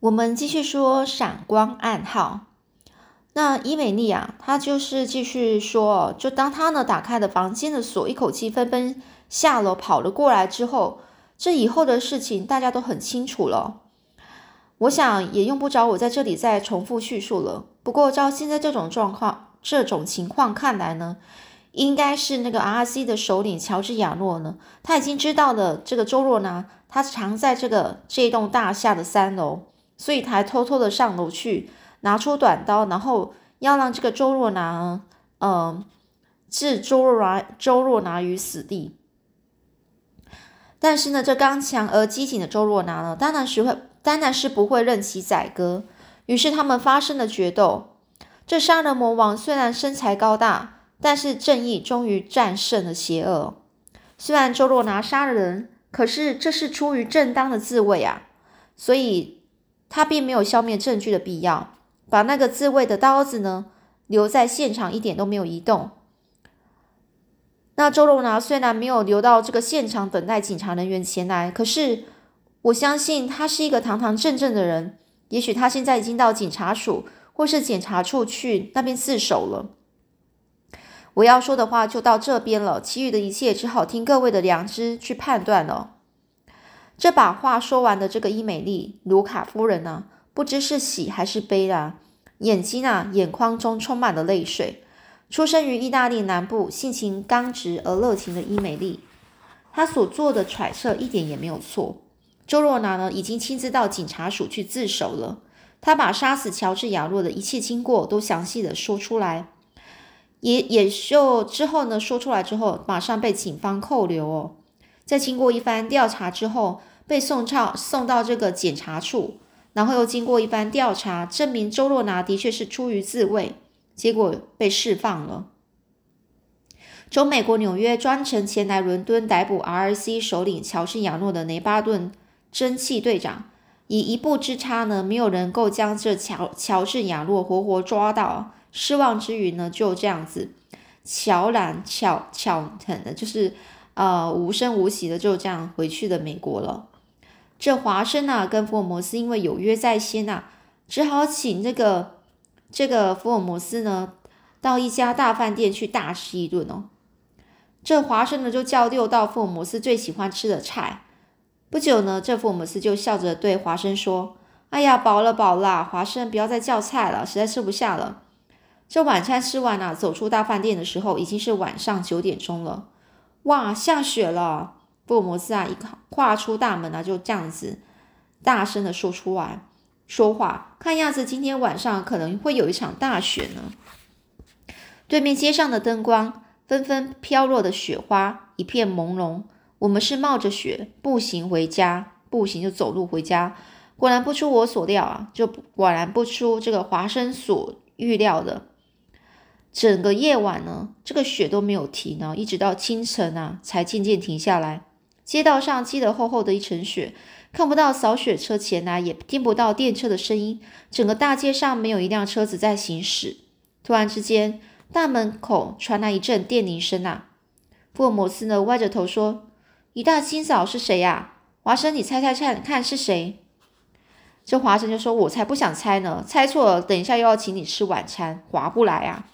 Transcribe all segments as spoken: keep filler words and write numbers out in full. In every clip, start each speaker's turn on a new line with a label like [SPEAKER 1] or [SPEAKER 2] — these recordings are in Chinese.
[SPEAKER 1] 我们继续说闪光暗号。那伊美丽啊，她就是继续说，就当她呢打开了房间的锁，一口气纷纷下楼跑了过来之后，这以后的事情大家都很清楚了。我想也用不着我在这里再重复叙述了。不过照现在这种状况、这种情况看来呢，应该是那个 R C 的首领乔治亚诺呢，他已经知道了这个周若拿，他藏在这个这栋大厦的三楼，所以他还偷偷的上楼去拿出短刀，然后要让这个周若拿，呃，置周若拿周若拿于死地。但是呢，这刚强而机警的周若拿呢，当然是会，当然是不会任其宰割。于是他们发生了决斗。这杀人魔王虽然身材高大，但是正义终于战胜了邪恶。虽然周若拿杀了人，可是这是出于正当的自卫啊，所以他并没有消灭证据的必要。把那个自卫的刀子呢，留在现场，一点都没有移动。那周若拿虽然没有留到这个现场等待警察人员前来，可是我相信他是一个堂堂正正的人。也许他现在已经到警察署或是检察处去那边自首了。我要说的话就到这边了，其余的一切只好听各位的良知去判断了。这把话说完的这个伊美丽卢卡夫人啊，不知是喜还是悲啊，眼睛啊眼眶中充满了泪水。出生于意大利南部，性情刚直而热情的伊美丽，她所做的揣测一点也没有错。周若拿呢，已经亲自到警察署去自首了。他把杀死乔治亚洛的一切经过都详细的说出来，也也就之后呢，说出来之后，马上被警方扣留哦。在经过一番调查之后，被送到送到这个检察处，然后又经过一番调查，证明周若拿的确是出于自卫，结果被释放了。从美国纽约专程前来伦敦逮捕 R C 首领乔治亚诺的雷巴顿蒸汽队长，以一步之差呢，没有人够将这乔乔治亚诺活活抓到。失望之余呢，就这样子悄然悄悄的，就是呃无声无息的就这样回去了美国了。这华生啊跟福尔摩斯因为有约在先啊，只好请这个这个福尔摩斯呢到一家大饭店去大吃一顿哦。这华生呢就叫六道福尔摩斯最喜欢吃的菜。不久呢，这福尔摩斯就笑着对华生说：“哎呀，饱了饱了，华生不要再叫菜了，实在吃不下了。”这晚餐吃完啊，走出大饭店的时候，已经是晚上九点钟了。哇，下雪了！福尔摩斯啊，一跨出大门啊，就这样子大声的说出来说话。看样子今天晚上可能会有一场大雪呢。对面街上的灯光，纷纷飘落的雪花，一片朦胧。我们是冒着雪步行回家，步行就走路回家。果然不出我所料啊，就果然不出这个华生所预料的。整个夜晚呢，这个雪都没有停呢，一直到清晨啊，才渐渐停下来。街道上积了厚厚的一层雪，看不到扫雪车前来，也听不到电车的声音，整个大街上没有一辆车子在行驶。突然之间，大门口传来一阵电铃声啊！福尔摩斯呢，歪着头说：“一大清早是谁呀、啊？华生，你猜猜看，看是谁？”这华生就说：“我才不想猜呢，猜错了，等一下又要请你吃晚餐，划不来啊。”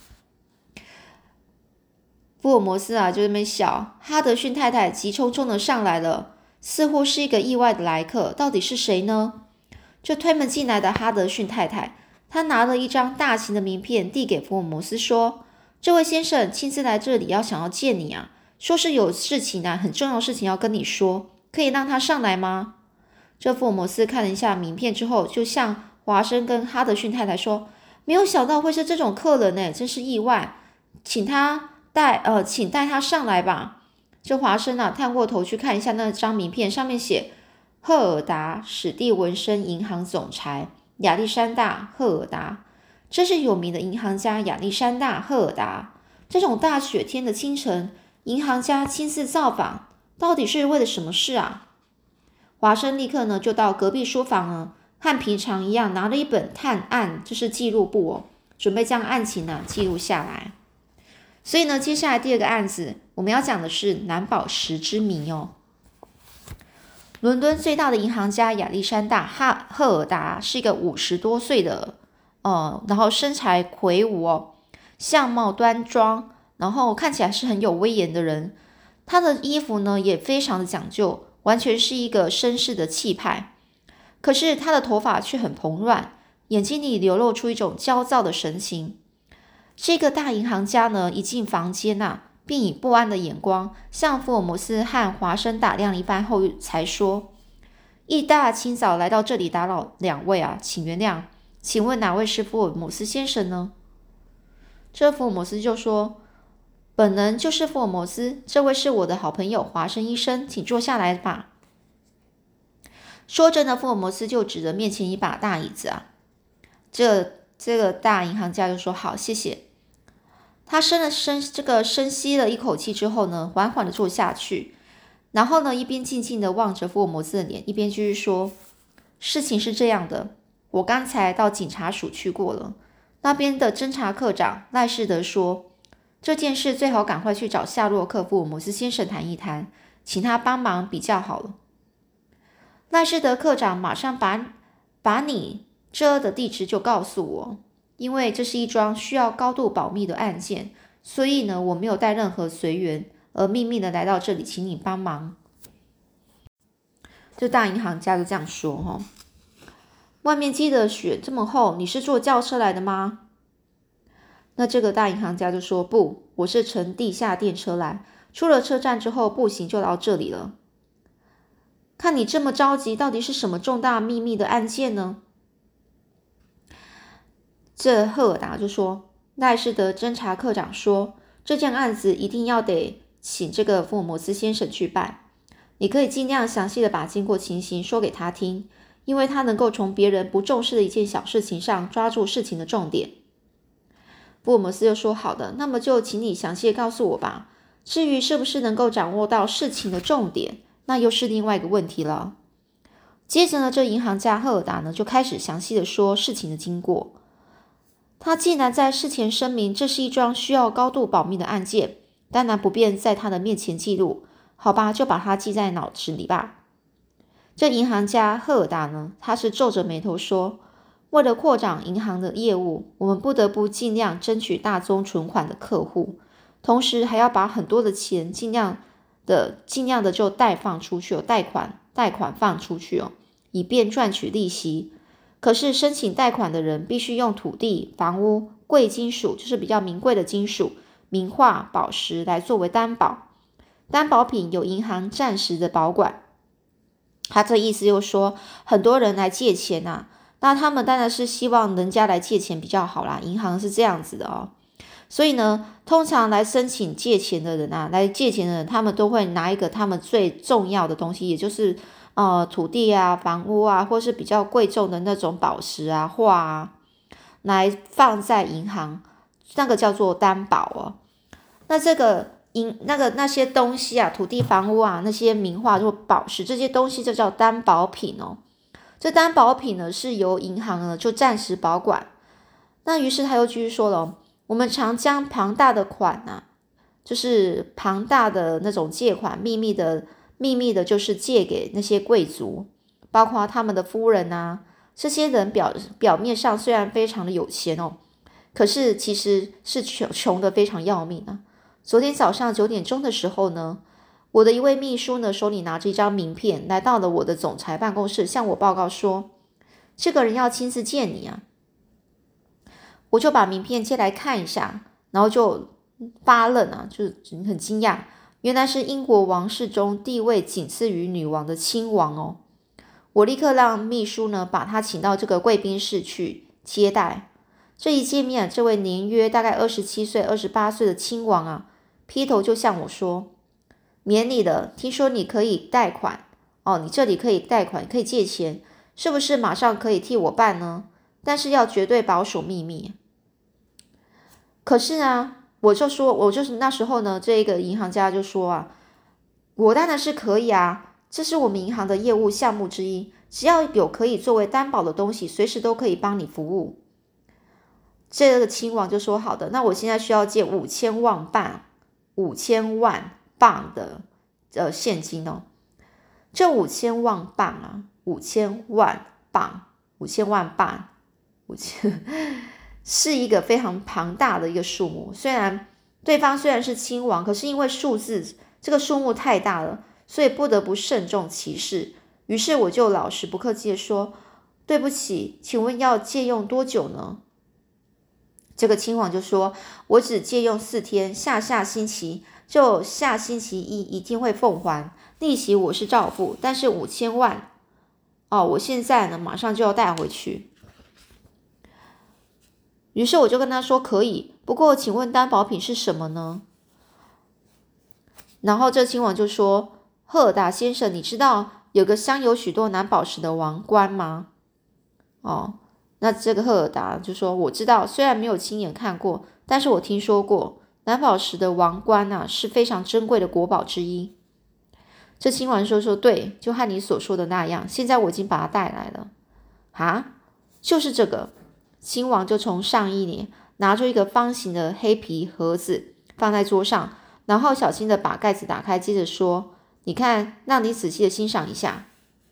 [SPEAKER 1] 福尔摩斯啊，就在那边笑。哈德逊太太急匆匆的上来了，似乎是一个意外的来客，到底是谁呢？这推门进来的哈德逊太太，她拿了一张大型的名片递给福尔摩斯说：“这位先生亲自来这里，要想要见你啊，说是有事情啊，很重要的事情要跟你说，可以让他上来吗？”这福尔摩斯看了一下名片之后，就向华生跟哈德逊太太说：“没有想到会是这种客人呢，真是意外，请他。”带呃，请带他上来吧。这华生啊，探过头去看一下那张名片，上面写赫尔达史蒂文森银行总裁亚历山大·赫尔达，真是有名的银行家亚历山大·赫尔达。这种大雪天的清晨，银行家亲自造访，到底是为了什么事啊？华生立刻呢就到隔壁书房呢，和平常一样拿了一本探案，就是记录簿哦，准备将案情呢记录下来。所以呢，接下来第二个案子，我们要讲的是蓝宝石之谜哦。 伦敦最大的银行家亚历山大哈赫尔达是一个五十多岁的，呃，然后身材魁梧哦，相貌端庄，然后看起来是很有威严的人。他的衣服呢也非常的讲究，完全是一个绅士的气派。可是他的头发却很蓬乱，眼睛里流露出一种焦躁的神情。这个大银行家呢，一进房间啊，并以不安的眼光向福尔摩斯和华生打量了一番后，才说：“一大清早来到这里打扰两位啊，请原谅。请问哪位是福尔摩斯先生呢？”这福尔摩斯就说：“本人就是福尔摩斯，这位是我的好朋友华生医生，请坐下来吧。”说着呢，福尔摩斯就指着面前一把大椅子啊，这这个大银行家就说：“好，谢谢。”他深了深这个深吸了一口气之后呢，缓缓的坐下去，然后呢，一边静静的望着福尔摩斯的脸，一边继续说：“事情是这样的，我刚才到警察署去过了，那边的侦查科长赖士德说，这件事最好赶快去找夏洛克·福尔摩斯先生谈一谈，请他帮忙比较好了。”赖士德科长马上把把你这的地址就告诉我，因为这是一桩需要高度保密的案件，所以呢，我没有带任何随员，而秘密的来到这里，请你帮忙。这大银行家就这样说哈、哦。外面积的雪这么厚，你是坐轿车来的吗？那这个大银行家就说：“不，我是乘地下电车来，出了车站之后步行就到这里了。”看你这么着急，到底是什么重大秘密的案件呢？这赫尔达就说：“赖士德侦查科长说，这件案子一定要得请这个福尔摩斯先生去办。你可以尽量详细的把经过情形说给他听，因为他能够从别人不重视的一件小事情上抓住事情的重点。”福尔摩斯又说：“好的，那么就请你详细的告诉我吧。至于是不是能够掌握到事情的重点，那又是另外一个问题了。”接着呢，这银行家赫尔达呢就开始详细的说事情的经过。他竟然在事前声明这是一桩需要高度保密的案件，当然不便在他的面前记录，好吧，就把它记在脑子里吧。这银行家赫尔达呢，他是皱着眉头说：“为了扩展银行的业务，我们不得不尽量争取大宗存款的客户，同时还要把很多的钱尽量的尽量的就贷放出去哦，贷款贷款放出去哦，以便赚取利息。可是申请贷款的人必须用土地、房屋、贵金属，就是比较名贵的金属、名画、宝石来作为担保。担保品由银行暂时的保管。”他这意思就是说，很多人来借钱啊，那他们当然是希望人家来借钱比较好啦，银行是这样子的哦。所以呢，通常来申请借钱的人啊，来借钱的人，他们都会拿一个他们最重要的东西，也就是呃土地啊、房屋啊，或是比较贵重的那种宝石啊、画啊，来放在银行，那个叫做担保哦。那这个银那个那些东西啊，土地、房屋啊，那些名画或宝石这些东西就叫担保品哦。这担保品呢是由银行呢就暂时保管。那于是他又继续说了，我们常将庞大的款啊，就是庞大的那种借款，秘密的秘密的，就是借给那些贵族，包括他们的夫人啊。这些人表表面上虽然非常的有钱哦，可是其实是穷穷的非常要命啊。昨天早上九点钟的时候呢，我的一位秘书呢手里拿着一张名片，来到了我的总裁办公室，向我报告说，这个人要亲自见你啊。我就把名片借来看一下，然后就发愣啊，就很惊讶，原来是英国王室中地位仅次于女王的亲王哦。我立刻让秘书呢把他请到这个贵宾室去接待。这一见面，这位年约大概二十七岁、二十八岁的亲王啊，劈头就向我说：“免礼了，听说你可以贷款哦，你这里可以贷款，可以借钱，是不是马上可以替我办呢？但是要绝对保守秘密。”可是啊，我就说，我就是那时候呢，这个银行家就说啊，我当然是可以啊，这是我们银行的业务项目之一，只要有可以作为担保的东西，随时都可以帮你服务。这个亲王就说：“好的，那我现在需要借五千万镑，五千万镑的呃现金哦。” 这五千万镑啊，五千万镑，五千万镑，五千是一个非常庞大的一个数目。虽然对方虽然是亲王，可是因为数字这个数目太大了，所以不得不慎重其事。于是我就老实不客气的说：“对不起，请问要借用多久呢？”这个亲王就说：“我只借用四天，下下星期就下星期一一定会奉还，利息我是照付，但是五千万哦，我现在呢马上就要带回去。”于是我就跟他说：“可以，不过请问担保品是什么呢？”然后这亲王就说：“赫尔达先生，你知道有个镶有许多蓝宝石的王冠吗？”哦，那这个赫尔达就说：“我知道，虽然没有亲眼看过，但是我听说过蓝宝石的王冠啊是非常珍贵的国宝之一。”这亲王说：“说对，就和你所说的那样，现在我已经把它带来了。”啊，就是这个。亲王就从上衣里拿出一个方形的黑皮盒子放在桌上，然后小心的把盖子打开，接着说：“你看，让你仔细的欣赏一下。”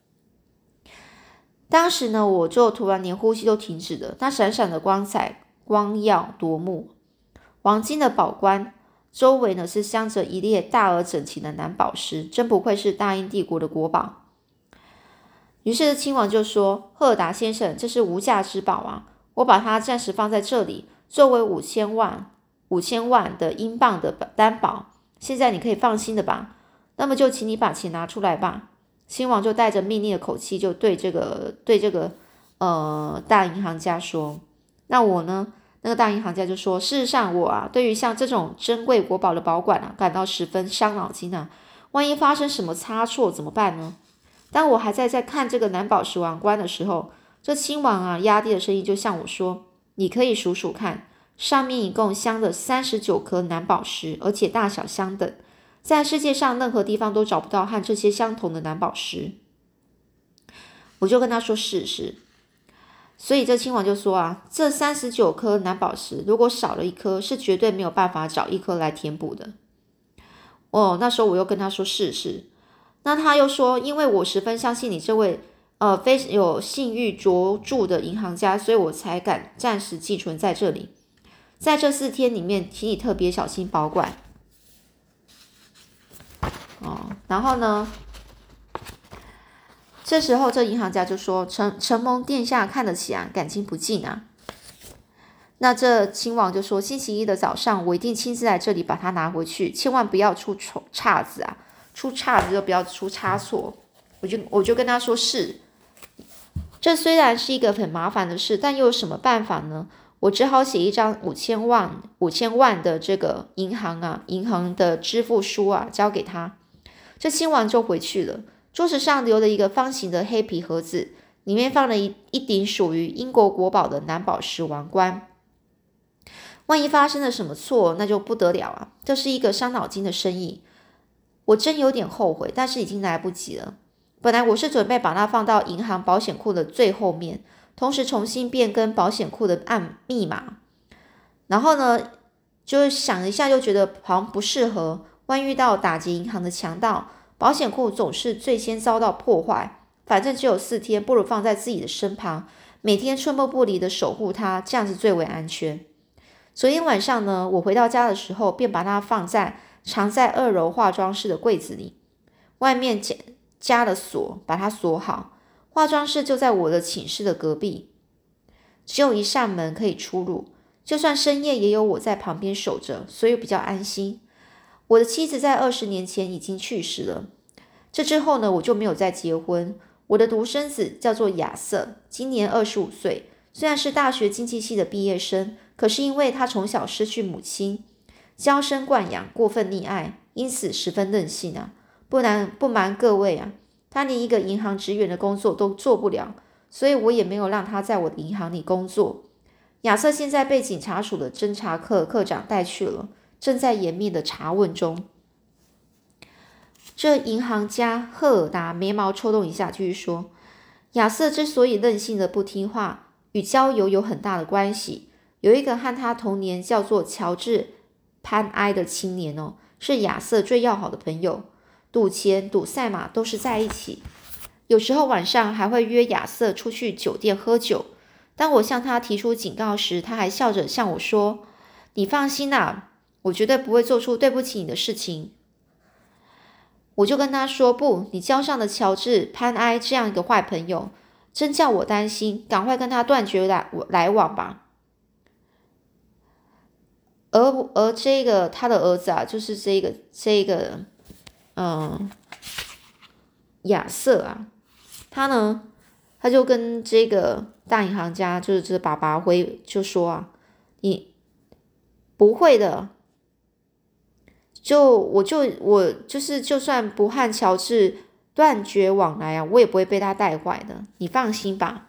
[SPEAKER 1] 当时呢，我就突然连呼吸都停止了。那闪闪的光彩，光耀夺目，黄金的宝冠周围呢是镶着一列大而整齐的蓝宝石，真不愧是大英帝国的国宝。于是亲王就说：“赫尔达先生，这是无价之宝啊！我把它暂时放在这里，作为五千万五千万的英镑的担保。现在你可以放心的吧？那么就请你把钱拿出来吧。”亲王就带着命令的口气，就对这个对这个呃大银行家说：“那我呢？”那个大银行家就说：“事实上，我啊，对于像这种珍贵国宝的保管啊，感到十分伤脑筋啊。万一发生什么差错怎么办呢？”当我还在在看这个蓝宝石王冠的时候，这亲王啊压低的声音就向我说：“你可以数数看，上面一共镶了三十九颗蓝宝石，而且大小相等，在世界上任何地方都找不到和这些相同的蓝宝石。”我就跟他说：“是是。”所以这亲王就说啊，这三十九颗蓝宝石如果少了一颗，是绝对没有办法找一颗来填补的。哦，那时候我又跟他说：“是是。”那他又说：“因为我十分相信你这位呃非有信誉卓著的银行家，所以我才敢暂时寄存在这里。在这四天里面，请你特别小心保管。”哦，然后呢，这时候这银行家就说：“承承蒙殿下看得起啊，感激不尽啊。”那这亲王就说：“星期一的早上，我一定亲自来这里把它拿回去，千万不要出岔子啊！出岔子就不要出差错。”我就我就跟他说：“是。”这虽然是一个很麻烦的事，但又有什么办法呢？我只好写一张五千万五千万的这个银行啊银行的支付书啊交给他。这亲王就回去了。桌子上留了一个方形的黑皮盒子，里面放了一一顶属于英国国宝的蓝宝石王冠。万一发生了什么错，那就不得了啊！这是一个伤脑筋的生意。我真有点后悔，但是已经来不及了。本来我是准备把它放到银行保险库的最后面，同时重新变更保险库的暗密码。然后呢，就想一下又觉得好像不适合，万一遇到打劫银行的强盗，保险库总是最先遭到破坏。反正只有四天，不如放在自己的身旁，每天寸步不离的守护它，这样子最为安全。昨天晚上呢，我回到家的时候，便把它放在藏在二楼化妆室的柜子里，外面加加了锁，把它锁好。化妆室就在我的寝室的隔壁，只有一扇门可以出入，就算深夜也有我在旁边守着，所以比较安心。我的妻子在二十年前已经去世了，这之后呢，我就没有再结婚。我的独生子叫做亚瑟，今年二十五岁，虽然是大学经济系的毕业生，可是因为他从小失去母亲，娇生惯养，过分溺爱，因此十分任性啊。不然不瞒各位啊，他连一个银行职员的工作都做不了，所以我也没有让他在我的银行里工作。亚瑟现在被警察署的侦查科科长带去了，正在严密的查问中。这银行家赫尔达眉毛抽动一下，继续说：“亚瑟之所以任性的不听话，与交友有很大的关系。有一个和他同年叫做乔治潘埃的青年哦，是亚瑟最要好的朋友。 赌钱、赌赛马都是在一起，有时候晚上还会约亚瑟出去酒店喝酒。当我向他提出警告时，他还笑着向我说：你放心啦，我绝对不会做出对不起你的事情。我就跟他说：不，你交上的乔治、潘埃这样一个坏朋友，真叫我担心，赶快跟他断绝来来往吧。而而这个他的儿子啊，就是这个这个嗯亚瑟啊，他呢他就跟这个大银行家，就是这爸爸回就说啊，你不会的，就我就我就是就算不和乔治断绝往来啊，我也不会被他带坏的，你放心吧。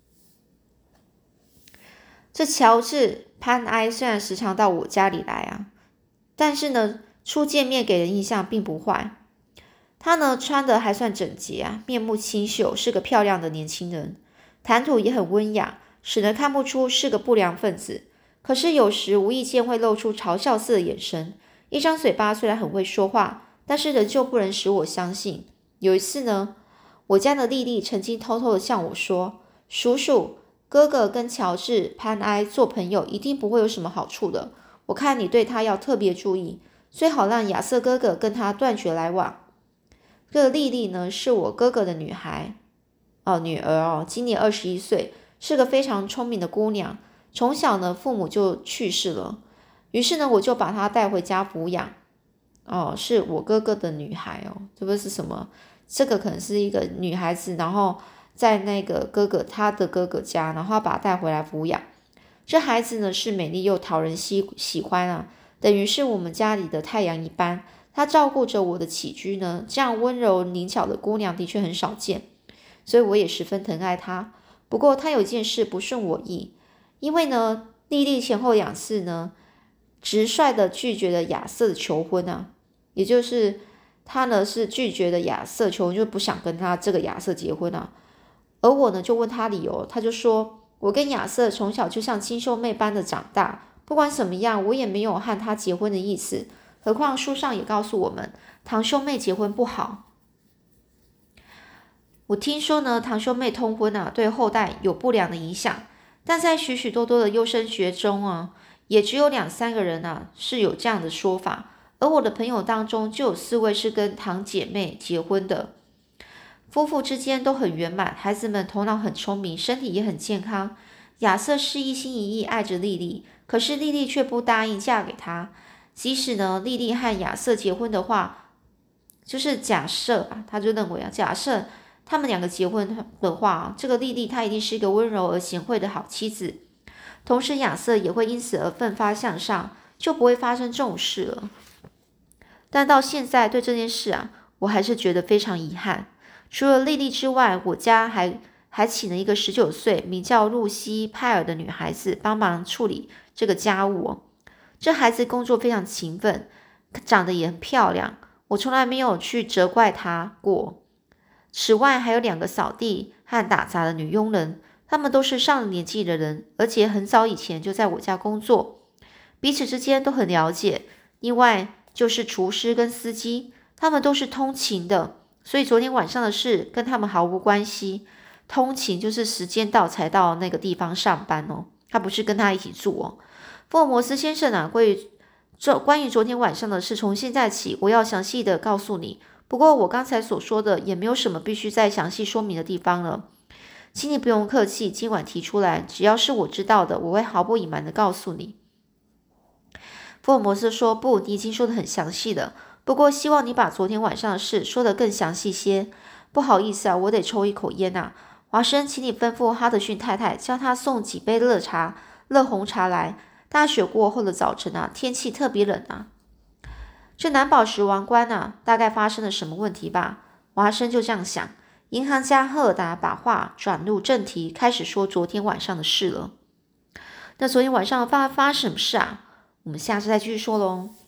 [SPEAKER 1] 这乔治潘埃虽然时常到我家里来啊，但是呢，初见面给人印象并不坏。他呢穿的还算整洁啊，面目清秀，是个漂亮的年轻人，谈吐也很温雅，使人看不出是个不良分子。可是有时无意间会露出嘲笑似的眼神，一张嘴巴虽然很会说话，但是仍旧不能使我相信。有一次呢，我家的莉莉曾经偷偷的向我说：叔叔，哥哥跟乔治、潘埃做朋友一定不会有什么好处的，我看你对他要特别注意，最好让亚瑟哥哥跟他断绝来往。这个莉莉呢，是我哥哥的女孩哦，女儿哦，今年二十一岁，是个非常聪明的姑娘。从小呢，父母就去世了，于是呢，我就把她带回家抚养。哦，是我哥哥的女孩哦，这不是什么？这个可能是一个女孩子，然后在那个哥哥他的哥哥家，然后把她带回来抚养。这孩子呢，是美丽又讨人喜喜欢啊，等于是我们家里的太阳一般。她照顾着我的起居呢，这样温柔灵巧的姑娘的确很少见，所以我也十分疼爱她。不过她有件事不顺我意，因为呢，莉莉前后两次呢，直率的拒绝了亚瑟的求婚啊，也就是她呢是拒绝了亚瑟求婚，就不想跟他这个亚瑟结婚啊。而我呢就问他理由，他就说：我跟亚瑟从小就像亲兄妹般的长大，不管怎么样，我也没有和他结婚的意思。何况书上也告诉我们，堂兄妹结婚不好。我听说呢，堂兄妹通婚啊，对后代有不良的影响。但在许许多多的优生学中啊，也只有两三个人啊是有这样的说法。而我的朋友当中，就有四位是跟堂姐妹结婚的，夫妇之间都很圆满，孩子们头脑很聪明，身体也很健康。亚瑟是一心一意爱着莉莉，可是莉莉却不答应嫁给他。即使呢，莉莉和亚瑟结婚的话，就是假设啊，他就认为啊，假设他们两个结婚的话，这个莉莉她一定是一个温柔而贤惠的好妻子，同时亚瑟也会因此而奋发向上，就不会发生这种事了。但到现在对这件事啊，我还是觉得非常遗憾。除了莉莉之外，我家还还请了一个十九岁名叫露西·派尔的女孩子帮忙处理这个家务哦。这孩子工作非常勤奋，长得也很漂亮，我从来没有去责怪她过。此外，还有两个扫地和打杂的女佣人，她们都是上了年纪的人，而且很早以前就在我家工作，彼此之间都很了解。另外就是厨师跟司机，他们都是通勤的，所以昨天晚上的事跟他们毫无关系。通勤就是时间到才到那个地方上班哦，他不是跟他一起住哦。福尔摩斯先生啊，关于关于昨天晚上的事，从现在起我要详细的告诉你。不过我刚才所说的也没有什么必须再详细说明的地方了，请你不用客气，今晚提出来，只要是我知道的，我会毫不隐瞒的告诉你。福尔摩斯说：不，你已经说得很详细了，不过希望你把昨天晚上的事说得更详细些。不好意思啊，我得抽一口烟啊。华生，请你吩咐哈德逊太太叫他送几杯热茶、热红茶来。大雪过后的早晨啊，天气特别冷啊。这蓝宝石王冠啊，大概发生了什么问题吧？华生就这样想。银行家赫尔达把话转入正题，开始说昨天晚上的事了。那昨天晚上发发生什么事啊？我们下次再继续说喽。